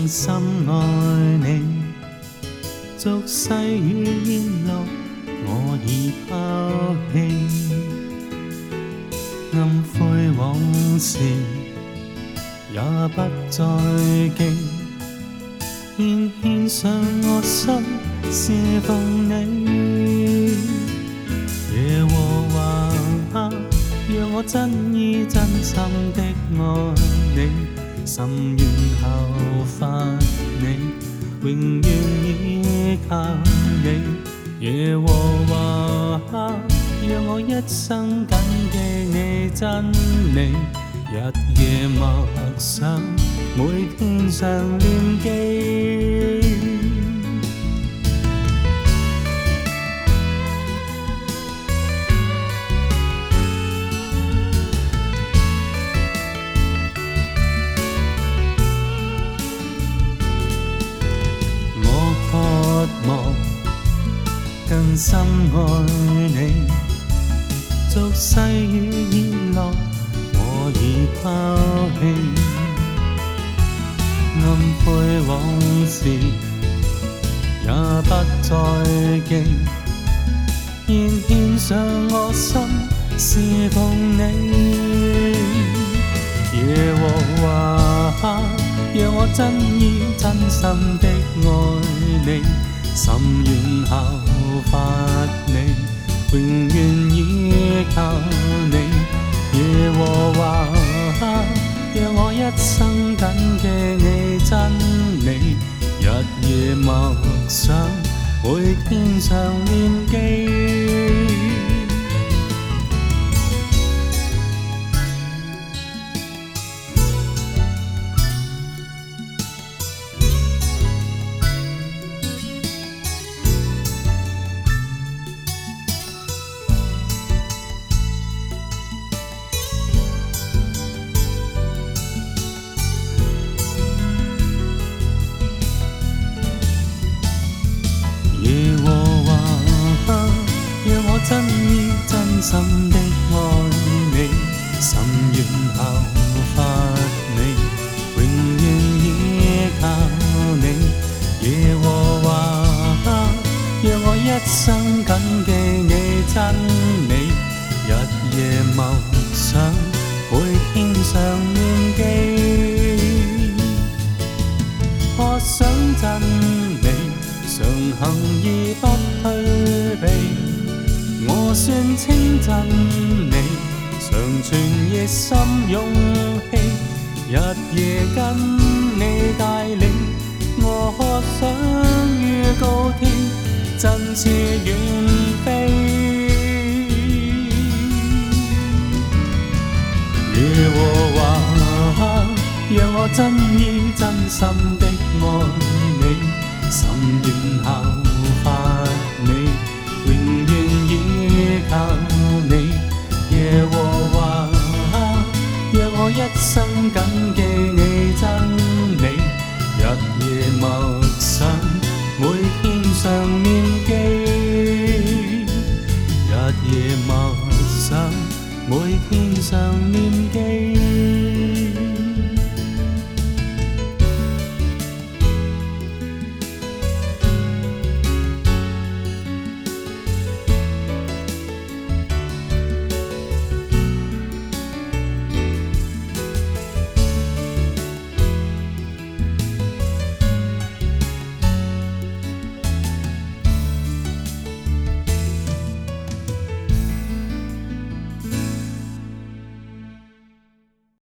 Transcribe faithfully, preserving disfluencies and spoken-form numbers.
心愛你，俗世與煙綠我已拋棄，暗灰往事也不再記，現獻上我心侍奉你。耶和華，讓我真意真心的愛你，心願效法你，永遠依靠你。耶和華，讓我一生緊記你真理，日夜默想，每天常念記。我渴望更深愛你，俗世與宴樂我已拋棄，暗灰往事也不再記，現獻上我心侍奉你。耶和華，讓我真意真心的愛你，心願效法你，永遠依靠你。耶和華，讓我一生緊記你真理，日夜默想，每天常念記。真意真心的愛你，心願效法你，永遠依靠你。耶和華，讓我一生緊記你真理，日夜默想，每天常念記。渴想真理，常行而不退避。我算稱讚你，常存熱心勇氣，日夜跟你帶領，我渴想於高天，振翅遠飛。耶和華，讓我真意真心的愛你，心願效法你，永遠依靠